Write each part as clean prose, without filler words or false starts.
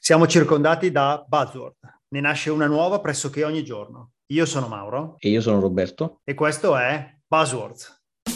Siamo circondati da buzzword. Ne nasce una nuova pressoché ogni giorno. Io sono Mauro. E io sono Roberto. E questo è Buzzwords.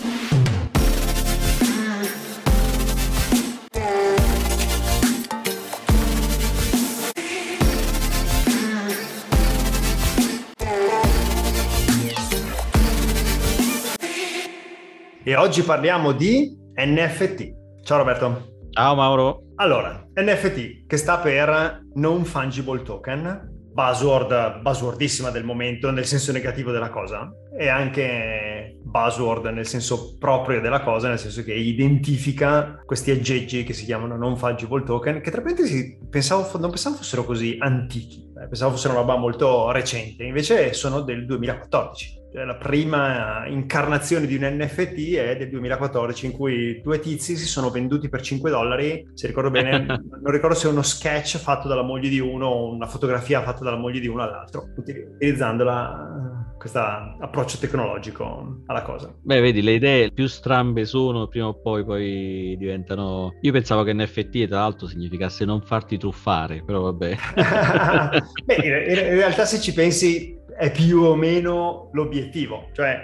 E oggi parliamo di NFT. Ciao Roberto. Ciao Mauro. Allora, NFT, che sta per Non Fungible Token, buzzwordissima del momento, nel senso negativo della cosa, e anche buzzword nel senso proprio della cosa, nel senso che identifica questi aggeggi che si chiamano Non Fungible Token, che tra parentesi non pensavo fossero così antichi, pensavo fossero una roba molto recente, invece sono del 2014. La prima incarnazione di un NFT è del 2014, in cui due tizi si sono venduti per $5, se ricordo bene, non ricordo se è uno sketch fatto dalla moglie di uno o una fotografia fatta dalla moglie di uno all'altro, utilizzando questo approccio tecnologico alla cosa. Beh, vedi, le idee più strambe sono, prima o poi diventano... Io pensavo che NFT tra l'altro significasse non farti truffare, però vabbè. Beh, in realtà se ci pensi è più o meno l'obiettivo, cioè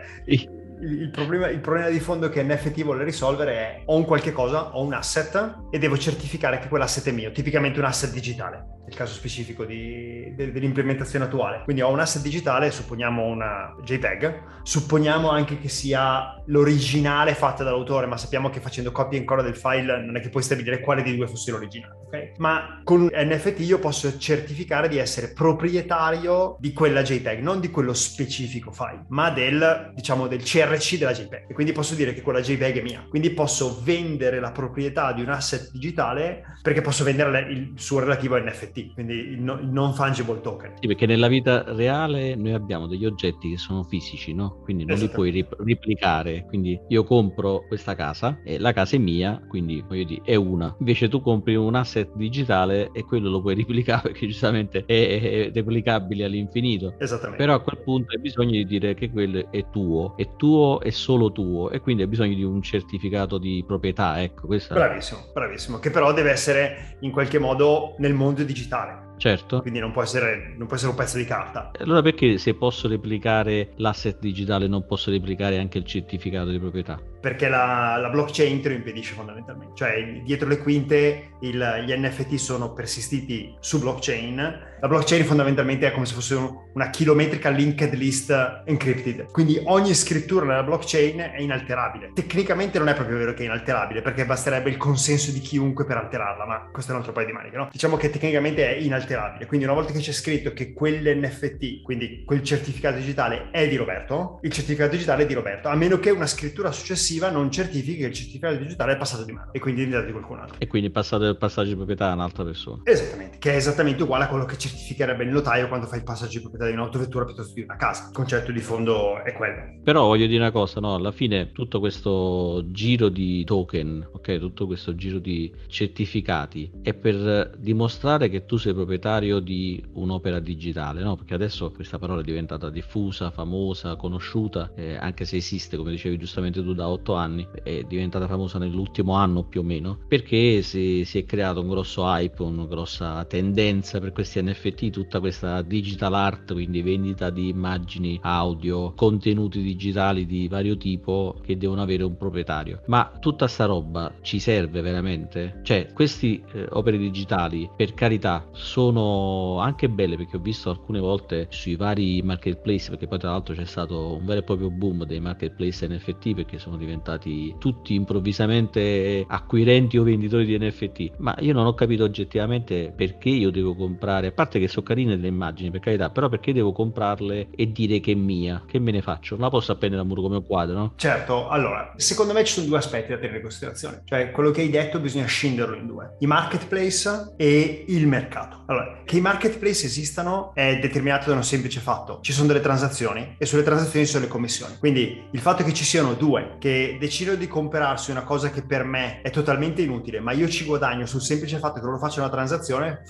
il problema di fondo che NFT vuole risolvere è: ho un qualche cosa, ho un asset e devo certificare che quell'asset è mio, tipicamente un asset digitale, nel caso specifico dell'implementazione attuale. Quindi ho un asset digitale, supponiamo una JPEG, supponiamo anche che sia l'originale fatta dall'autore, ma sappiamo che facendo copia e incolla del file non è che puoi stabilire quale dei due fosse l'originale, ok? Ma con NFT io posso certificare di essere proprietario di quella JPEG, non di quello specifico file, ma del CRC della JPEG, e quindi posso dire che quella JPEG è mia, quindi posso vendere la proprietà di un asset digitale perché posso vendere il suo relativo NFT, quindi il non fungible token. Sì, perché nella vita reale noi abbiamo degli oggetti che sono fisici, no? Quindi non li puoi replicare, quindi io compro questa casa e la casa è mia, quindi voglio dire è una, invece tu compri un asset digitale e quello lo puoi replicare perché giustamente è replicabile all'infinito. Esattamente. Però a quel punto hai bisogno di dire che quello è tuo e solo tuo, e quindi hai bisogno di un certificato di proprietà, ecco, questa... Bravissimo, che però deve essere in qualche modo nel mondo digitale. Certo. Quindi non può essere un pezzo di carta. Allora perché se posso replicare l'asset digitale non posso replicare anche il certificato di proprietà? Perché la blockchain te lo impedisce fondamentalmente. Cioè, dietro le quinte gli NFT sono persistiti su blockchain. La blockchain fondamentalmente è come se fosse una chilometrica linked list encrypted. Quindi ogni scrittura nella blockchain è inalterabile. Tecnicamente non è proprio vero che è inalterabile, perché basterebbe il consenso di chiunque per alterarla, ma questo è un altro paio di maniche, no? Diciamo che tecnicamente è inalterabile. Quindi una volta che c'è scritto che quell'NFT, quindi quel certificato digitale, è di Roberto, il certificato digitale è di Roberto, a meno che una scrittura successiva non certifichi che il certificato digitale è passato di mano e quindi è diventato di qualcun altro. E quindi passato il passaggio di proprietà a un'altra persona. Esattamente, che è esattamente uguale a quello che certificherebbe il notaio quando fa il passaggio di proprietà di un'autovettura piuttosto di una casa. Il concetto di fondo è quello. Però voglio dire una cosa, no? Alla fine tutto questo giro di token, ok? Tutto questo giro di certificati è per dimostrare che tu sei proprietario di un'opera digitale, no? Perché adesso questa parola è diventata diffusa, famosa, conosciuta, anche se esiste, come dicevi giustamente tu, da 8 anni, è diventata famosa nell'ultimo anno più o meno, perché si è creato un grosso hype, una grossa tendenza per questi NFT, tutta questa digital art, quindi vendita di immagini, audio, contenuti digitali di vario tipo che devono avere un proprietario. Ma tutta sta roba ci serve veramente? Cioè, queste opere digitali, per carità, sono anche belle, perché ho visto alcune volte sui vari marketplace, perché poi tra l'altro c'è stato un vero e proprio boom dei marketplace NFT, perché sono diventati tutti improvvisamente acquirenti o venditori di NFT. Ma io non ho capito oggettivamente perché io devo comprare, a parte che sono carine le immagini per carità, però perché devo comprarle e dire che è mia? Che me ne faccio? Non la posso appendere al muro come un quadro, no? Certo, allora, secondo me ci sono due aspetti da tenere in considerazione. Cioè, quello che hai detto bisogna scinderlo in due: i marketplace e il mercato. Allora, che i marketplace esistano è determinato da un semplice fatto: ci sono delle transazioni e sulle transazioni ci sono le commissioni. Quindi il fatto che ci siano due che decidono di comprarsi una cosa che per me è totalmente inutile, ma io ci guadagno sul semplice fatto che loro facciano una transazione,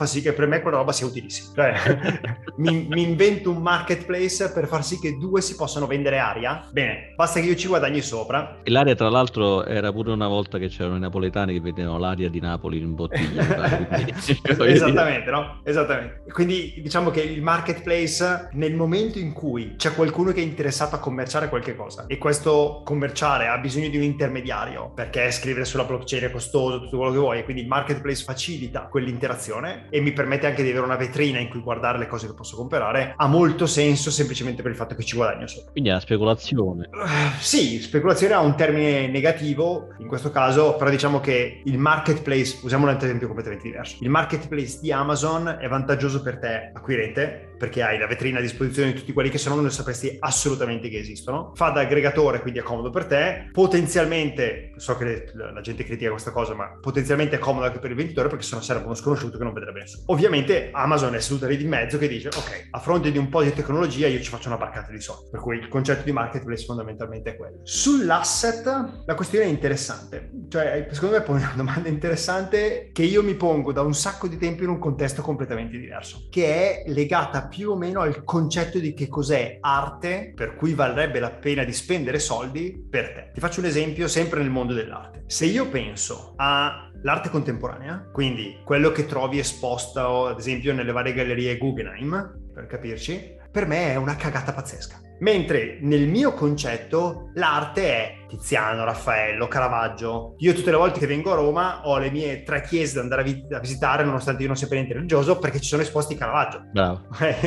fa sì che per me quella roba sia utilissima. Cioè, mi invento un marketplace per far sì che due si possano vendere aria. Bene, basta che io ci guadagni sopra. E l'aria, tra l'altro, era pure una volta che c'erano i napoletani che vendevano l'aria di Napoli in bottiglia. Esattamente, no? Esattamente. Quindi diciamo che il marketplace, nel momento in cui c'è qualcuno che è interessato a commerciare qualche cosa e questo commerciare ha bisogno di un intermediario perché scrivere sulla blockchain è costoso, tutto quello che vuoi, e quindi il marketplace facilita quell'interazione e mi permette anche di avere una vetrina in cui guardare le cose che posso comprare, ha molto senso semplicemente per il fatto che ci guadagno sopra. Quindi è una speculazione. Sì, speculazione ha un termine negativo in questo caso, però diciamo che il marketplace, usiamo un esempio completamente diverso, il marketplace di Amazon è vantaggioso per te acquirente perché hai la vetrina a disposizione di tutti quelli che se no non sapresti assolutamente che esistono, fa da aggregatore, quindi è comodo per te, potenzialmente, so che la gente critica questa cosa, ma potenzialmente è comodo anche per il venditore perché se no sarebbe uno sconosciuto che non vedrebbe nessuno. Ovviamente Amazon è seduta lì di mezzo che dice ok, a fronte di un po' di tecnologia io ci faccio una barcata di soldi, per cui il concetto di marketplace fondamentalmente è quello. Sull'asset la questione è interessante, cioè secondo me poi una domanda interessante che io mi pongo da un sacco di tempo in un contesto completamente diverso, che è legata più o meno al concetto di che cos'è arte per cui valrebbe la pena di spendere soldi per te. Ti faccio un esempio sempre nel mondo dell'arte. Se io penso all'arte contemporanea, quindi quello che trovi esposto ad esempio nelle varie gallerie Guggenheim, per capirci, per me è una cagata pazzesca. Mentre nel mio concetto l'arte è Tiziano, Raffaello, Caravaggio. Io tutte le volte che vengo a Roma ho le mie 3 chiese da andare a visitare, nonostante io non sia per niente religioso, perché ci sono esposti Caravaggio. Bravo.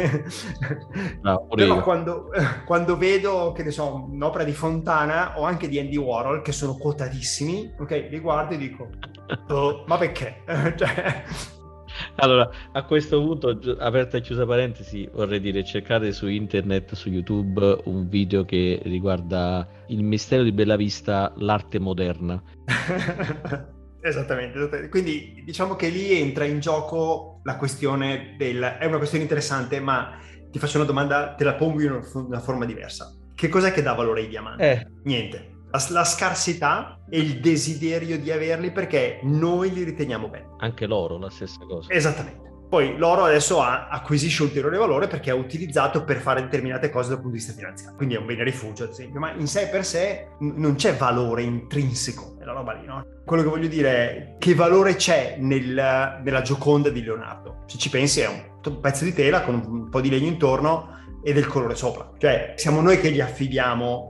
Bravo, però quando vedo, che ne so, un'opera di Fontana o anche di Andy Warhol, che sono quotatissimi, ok, li guardo e dico, oh, ma perché? Cioè... Allora, a questo punto, aperta e chiusa parentesi, vorrei dire, cercate su internet, su YouTube, un video che riguarda il mistero di Bellavista, l'arte moderna. Esattamente. Quindi diciamo che lì entra in gioco la questione è una questione interessante, ma ti faccio una domanda, te la pongo in una forma diversa. Che cos'è che dà valore ai diamanti? Niente. La scarsità e il desiderio di averli perché noi li riteniamo belli. Anche l'oro, la stessa cosa. Esattamente. Poi l'oro adesso acquisisce ulteriore valore perché è utilizzato per fare determinate cose dal punto di vista finanziario. Quindi è un bene rifugio, ad esempio, ma in sé per sé non c'è valore intrinseco nella roba lì, no? Quello che voglio dire è che valore c'è nella Gioconda di Leonardo. Se ci pensi è un pezzo di tela con un po' di legno intorno e del colore sopra. Cioè siamo noi che gli affidiamo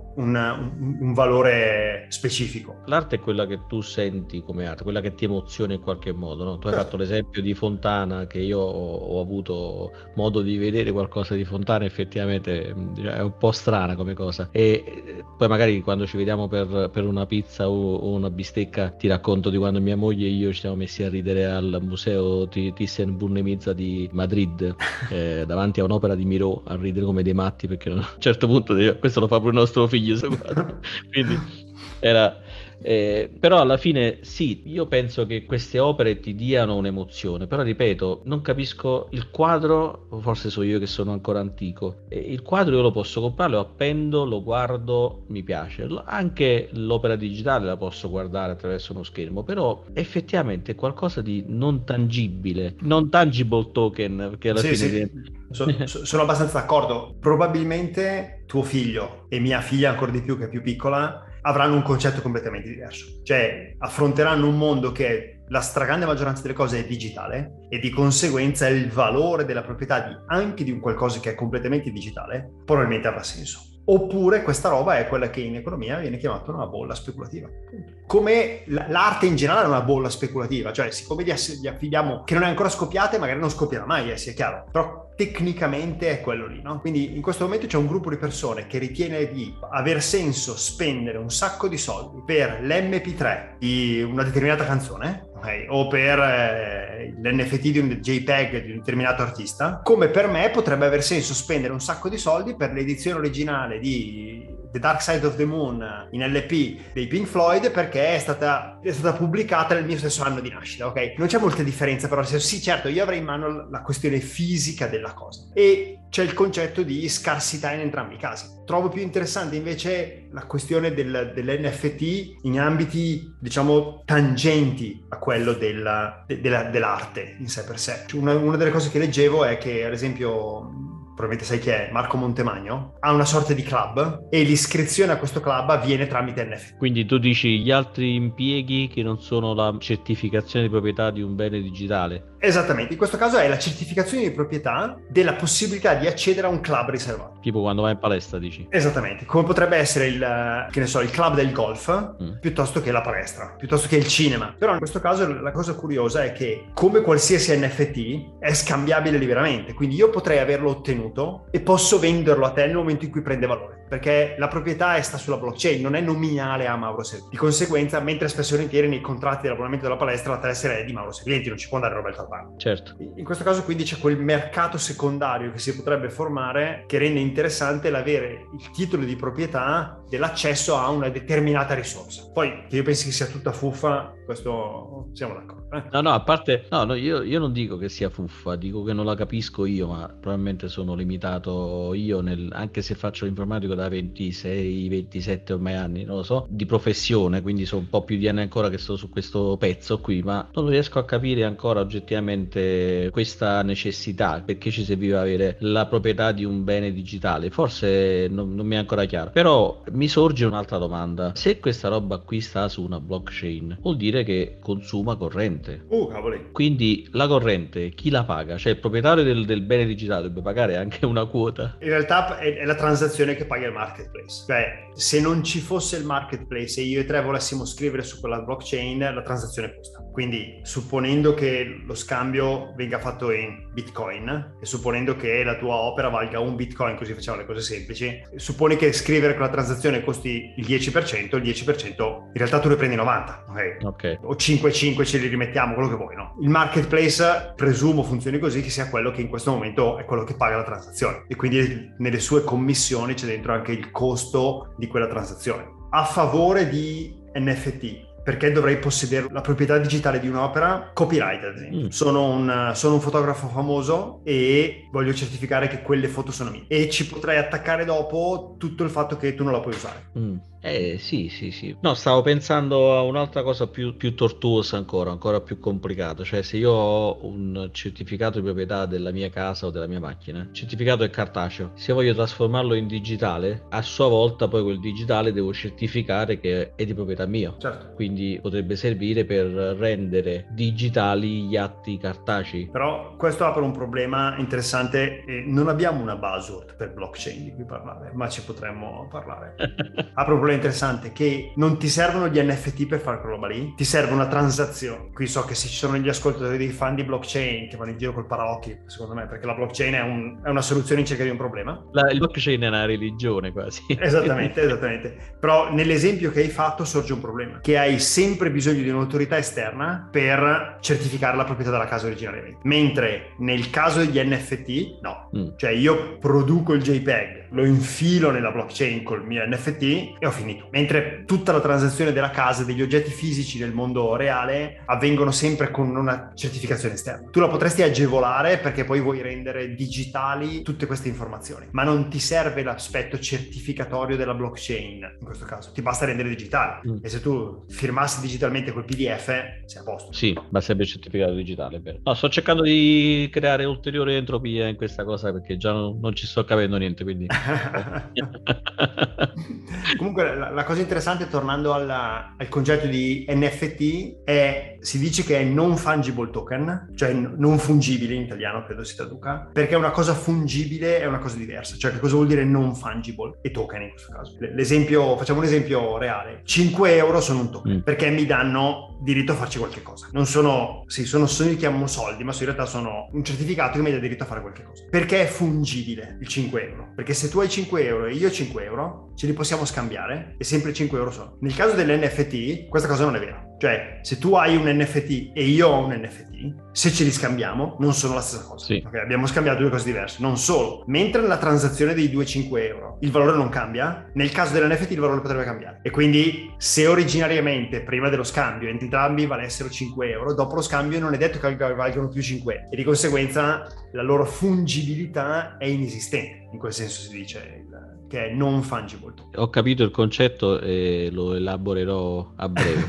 un valore specifico. L'arte è quella che tu senti come arte, quella che ti emoziona in qualche modo, no? Tu hai fatto l'esempio di Fontana, che io ho avuto modo di vedere qualcosa di Fontana, effettivamente è un po' strana come cosa, e poi magari quando ci vediamo per una pizza o una bistecca ti racconto di quando mia moglie e io ci siamo messi a ridere al museo Thyssen-Bornemisza di Madrid davanti a un'opera di Miró, a ridere come dei matti, perché a un certo punto questo lo fa pure il nostro figlio. Quindi era però alla fine sì, io penso che queste opere ti diano un'emozione, però ripeto, non capisco il quadro, forse so io che sono ancora antico, il quadro io lo posso comprare, lo appendo, lo guardo, mi piace, anche l'opera digitale la posso guardare attraverso uno schermo, però effettivamente è qualcosa di non tangibile, non tangible token, perché alla fine sono abbastanza d'accordo. Probabilmente tuo figlio e mia figlia ancora di più, che è più piccola, avranno un concetto completamente diverso, cioè affronteranno un mondo che la stragrande maggioranza delle cose è digitale e di conseguenza il valore della proprietà anche di un qualcosa che è completamente digitale probabilmente avrà senso. Oppure questa roba è quella che in economia viene chiamata una bolla speculativa. Come l'arte in generale è una bolla speculativa, cioè siccome gli affidiamo che non è ancora scoppiata e magari non scoppierà mai, sia chiaro, però tecnicamente è quello lì, no? Quindi in questo momento c'è un gruppo di persone che ritiene di aver senso spendere un sacco di soldi per l'MP3 di una determinata canzone, okay, o per l'NFT di un JPEG di un determinato artista, come per me potrebbe aver senso spendere un sacco di soldi per l'edizione originale di The Dark Side of the Moon in LP dei Pink Floyd perché è stata pubblicata nel mio stesso anno di nascita, ok? Non c'è molta differenza, però sì, certo, io avrei in mano la questione fisica della cosa. E c'è il concetto di scarsità in entrambi i casi. Trovo più interessante invece la questione dell'NFT in ambiti, diciamo, tangenti a quello dell'arte in sé per sé. Cioè, una delle cose che leggevo è che, ad esempio, probabilmente sai chi è, Marco Montemagno, ha una sorta di club e l'iscrizione a questo club avviene tramite NFT. Quindi tu dici gli altri impieghi che non sono la certificazione di proprietà di un bene digitale? Esattamente, in questo caso è la certificazione di proprietà della possibilità di accedere a un club riservato. Tipo quando vai in palestra, dici? Esattamente, come potrebbe essere il club del golf, piuttosto che la palestra, piuttosto che il cinema. Però in questo caso la cosa curiosa è che, come qualsiasi NFT, è scambiabile liberamente, quindi io potrei averlo ottenuto e posso venderlo a te nel momento in cui prende valore, perché la proprietà sta sulla blockchain, non è nominale a Mauro Servienti. Di conseguenza, mentre spesso e volentieri nei contratti dell'abbonamento della palestra la tessera è di Mauro Servienti, non ci può andare Roberto Albano. Certo. In questo caso quindi c'è quel mercato secondario che si potrebbe formare che rende interessante l'avere il titolo di proprietà dell'accesso a una determinata risorsa. Poi che io pensi che sia tutta fuffa, questo siamo d'accordo. No, a parte, io non dico che sia fuffa, dico che non la capisco io, ma probabilmente sono limitato io, anche se faccio l'informatico da 26, 27 ormai anni, non lo so, di professione, quindi sono un po' più di anni ancora che sto su questo pezzo qui, ma non riesco a capire ancora oggettivamente questa necessità, perché ci serviva avere la proprietà di un bene digitale. Forse non mi è ancora chiaro, però mi sorge un'altra domanda: se questa roba qui sta su una blockchain, vuol dire che consuma corrente. Cavoli. Quindi la corrente chi la paga? Cioè il proprietario del bene digitale deve pagare anche una quota? In realtà è la transazione che paga il marketplace, cioè se non ci fosse il marketplace e io e te volessimo scrivere su quella blockchain, la transazione costa. Quindi supponendo che lo scambio venga fatto in Bitcoin e supponendo che la tua opera valga un Bitcoin, così facciamo le cose semplici, supponi che scrivere quella transazione costi il 10%, il 10% in realtà tu ne prendi 90, ok? O 5 ce li rimettiamo, quello che vuoi, no? Il marketplace presumo funzioni così, che sia quello che in questo momento è quello che paga la transazione e quindi nelle sue commissioni c'è dentro anche il costo di quella transazione. A favore di NFT, perché dovrei possedere la proprietà digitale di un'opera copyright, ad esempio. Sono un fotografo famoso e voglio certificare che quelle foto sono mie e ci potrei attaccare dopo tutto il fatto che tu non la puoi usare. Sì. No, stavo pensando a un'altra cosa più tortuosa ancora più complicata. Cioè, se io ho un certificato di proprietà della mia casa o della mia macchina, il certificato è cartaceo, se voglio trasformarlo in digitale, a sua volta poi quel digitale devo certificare che è di proprietà mia. Certo. Quindi potrebbe servire per rendere digitali gli atti cartacei. Però questo apre un problema interessante e non abbiamo una buzzword per blockchain di cui parlare, ma ci potremmo parlare. Apre un problema interessante che non ti servono gli NFT per fare quella roba lì, ti serve una transazione. Qui so che se ci sono gli ascoltatori dei fan di blockchain che vanno in giro col paraocchi, secondo me, perché la blockchain è una soluzione in cerca di un problema. Il blockchain è una religione quasi. Esattamente. Però nell'esempio che hai fatto sorge un problema, che hai sempre bisogno di un'autorità esterna per certificare la proprietà della casa originariamente. Mentre nel caso degli NFT, no. Cioè io produco il JPEG, lo infilo nella blockchain col mio NFT e ho finito. Mentre tutta la transazione della casa, degli oggetti fisici nel mondo reale, avvengono sempre con una certificazione esterna. Tu la potresti agevolare perché poi vuoi rendere digitali tutte queste informazioni, ma non ti serve l'aspetto certificatorio della blockchain in questo caso, ti basta rendere digitale. E se tu firmassi digitalmente quel PDF sei a posto. Sì, ma sempre certificato digitale, vero? No, sto cercando di creare ulteriore entropia in questa cosa perché già non ci sto capendo niente, quindi comunque la cosa interessante, tornando al concetto di NFT, si dice che è non fungible token, cioè non fungibile in italiano, credo si traduca, perché una cosa fungibile è una cosa diversa. Cioè che cosa vuol dire non fungible e token in questo caso? Facciamo un esempio reale. 5 euro sono un token perché mi danno diritto a farci qualche cosa. Non sono, li chiamano soldi, ma in realtà sono un certificato che mi dà diritto a fare qualche cosa. Perché è fungibile il 5 euro? Perché se tu hai 5 euro e io ho 5 euro, ce li possiamo scambiare e sempre 5 euro sono. Nel caso dell'NFT questa cosa non è vera. Cioè, se tu hai un NFT e io ho un NFT, se ce li scambiamo non sono la stessa cosa. Sì. Okay? Abbiamo scambiato due cose diverse. Non solo, mentre nella transazione dei 2-5 euro il valore non cambia, nel caso dell'NFT il valore potrebbe cambiare. E quindi se originariamente prima dello scambio entrambi valessero 5 euro, dopo lo scambio non è detto che valgano più 5 euro. E di conseguenza la loro fungibilità è inesistente. In quel senso si dice che è non fungible. Ho capito il concetto e lo elaborerò a breve.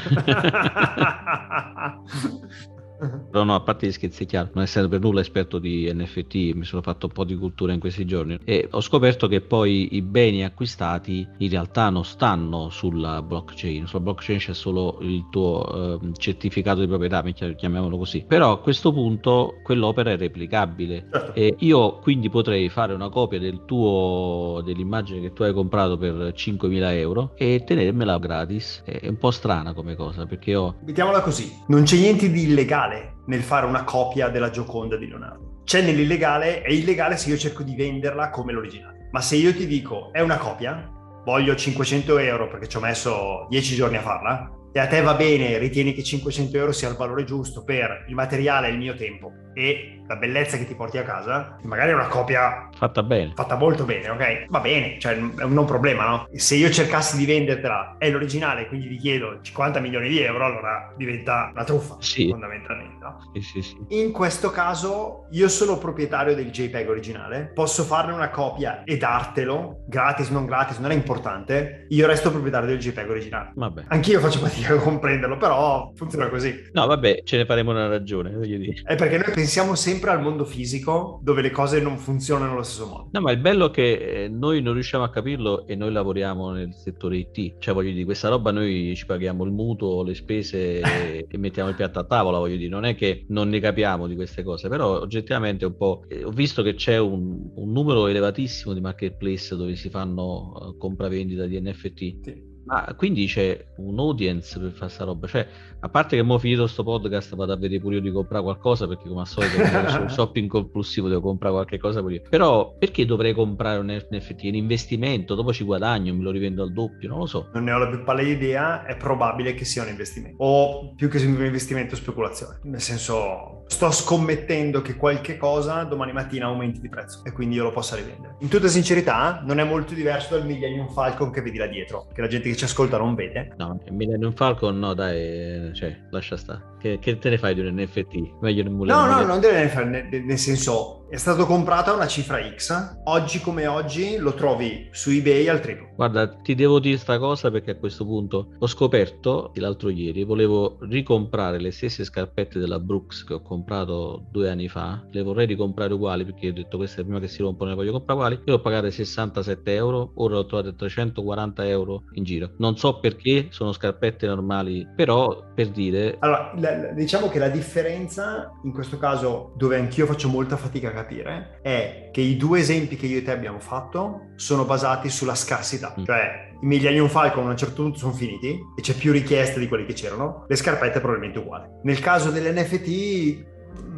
Però no, a parte gli scherzi, è chiaro, non essendo per nulla esperto di NFT, mi sono fatto un po' di cultura in questi giorni e ho scoperto che poi i beni acquistati in realtà non stanno sulla blockchain c'è solo il tuo certificato di proprietà, chiamiamolo così, però a questo punto quell'opera è replicabile. Certo. E io quindi potrei fare una copia dell'immagine che tu hai comprato per 5.000 euro e tenermela gratis. È un po' strana come cosa, perché mettiamola così, non c'è niente di illegale nel fare una copia della Gioconda di Leonardo. C'è nell'illegale, è illegale se io cerco di venderla come l'originale. Ma se io ti dico è una copia, voglio 500 euro perché ci ho messo 10 giorni a farla, e a te va bene, ritieni che 500 euro sia il valore giusto per il materiale e il mio tempo e la bellezza che ti porti a casa, magari è una copia fatta bene, fatta molto bene, ok? Va bene, cioè è un non problema, no? Se io cercassi di vendertela è l'originale, quindi ti chiedo 50 milioni di euro, allora diventa una truffa, sì, fondamentalmente, no? Sì. In questo caso io sono proprietario del JPEG originale, posso farne una copia e dartelo, gratis, non è importante, io resto proprietario del JPEG originale. Vabbè. Anch'io faccio fatica a comprenderlo, però funziona così. No, vabbè, ce ne faremo una ragione, voglio dire. È perché noi pensiamo sempre al mondo fisico dove le cose non funzionano allo stesso modo. No, ma il bello è che noi non riusciamo a capirlo e noi lavoriamo nel settore IT, cioè voglio dire, questa roba noi ci paghiamo il mutuo, le spese e mettiamo il piatto a tavola, voglio dire, non è che non ne capiamo di queste cose, però oggettivamente un po', ho visto che c'è un numero elevatissimo di marketplace dove si fanno compravendita di NFT. Sì. Ma quindi c'è un audience per fare sta roba, cioè a parte che mo finito sto podcast vado a vedere pure io di comprare qualcosa, perché come al solito sul shopping compulsivo devo comprare qualche cosa pure io. Però perché dovrei comprare un NFT? È un investimento, dopo ci guadagno, me lo rivendo al doppio, non lo so. Non ne ho la più pallida idea, è probabile che sia un investimento o più che un investimento, speculazione, nel senso sto scommettendo che qualche cosa domani mattina aumenti di prezzo e quindi io lo possa rivendere. In tutta sincerità non è molto diverso dal Millennium Falcon che vedi là dietro, che la gente che ci ascolta non vede. No, il Millennium Falcon no, dai, cioè lascia stare. Che te ne fai di un NFT? Meglio il Millennium. No, non deve fare, nel senso è stato comprato a una cifra X, oggi come oggi lo trovi su eBay al triplo. Guarda, ti devo dire sta cosa perché a questo punto ho scoperto l'altro ieri, volevo ricomprare le stesse scarpette della Brooks che ho comprato 2 anni fa, le vorrei ricomprare uguali perché ho detto queste prima che si rompono le voglio comprare uguali, io ho pagato 67 euro, ora l'ho trovato a 340 euro in giro. Non so perché, sono scarpette normali, però per dire... Allora, diciamo che la differenza in questo caso, dove anch'io faccio molta fatica a capire, è che i due esempi che io e te abbiamo fatto sono basati sulla scarsità. Cioè, i Millennium Falcon a un certo punto sono finiti e c'è più richieste di quelli che c'erano, le scarpette probabilmente uguali. Nel caso dell'NFT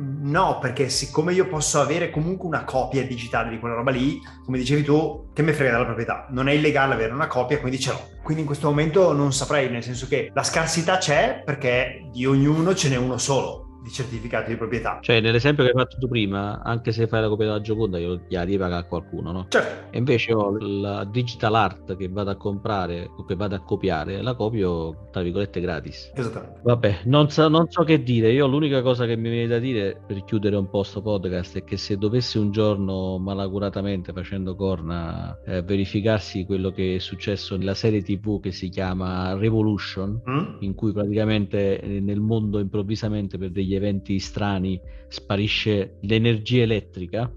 no, perché siccome io posso avere comunque una copia digitale di quella roba lì, come dicevi tu, che me frega della proprietà, non è illegale avere una copia, quindi ce l'ho. Quindi in questo momento non saprei, nel senso che la scarsità c'è perché di ognuno ce n'è uno solo di certificato di proprietà. Cioè, nell'esempio che hai fatto tu prima, anche se fai la copia della Gioconda, io gliela ripaga a qualcuno, no? Certo. E invece ho la digital art che vado a comprare o che vado a copiare, la copio, tra virgolette, gratis. Esattamente. Vabbè, non so che dire. Io l'unica cosa che mi viene da dire per chiudere un po' sto podcast è che se dovesse un giorno malacuratamente, facendo corna, verificarsi quello che è successo nella serie TV che si chiama Revolution, in cui praticamente nel mondo improvvisamente per degli eventi strani sparisce l'energia elettrica.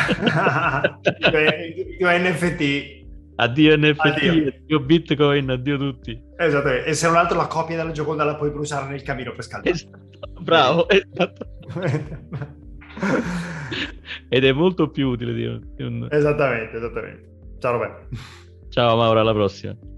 Io NFT. Addio NFT, addio Bitcoin, addio tutti. Esatto, e se non altro la copia della Gioconda la puoi usare nel camino per scaldare. Bravo, esatto. Ed è molto più utile di un... Esattamente. Ciao Roberto. Ciao Mauro, alla prossima.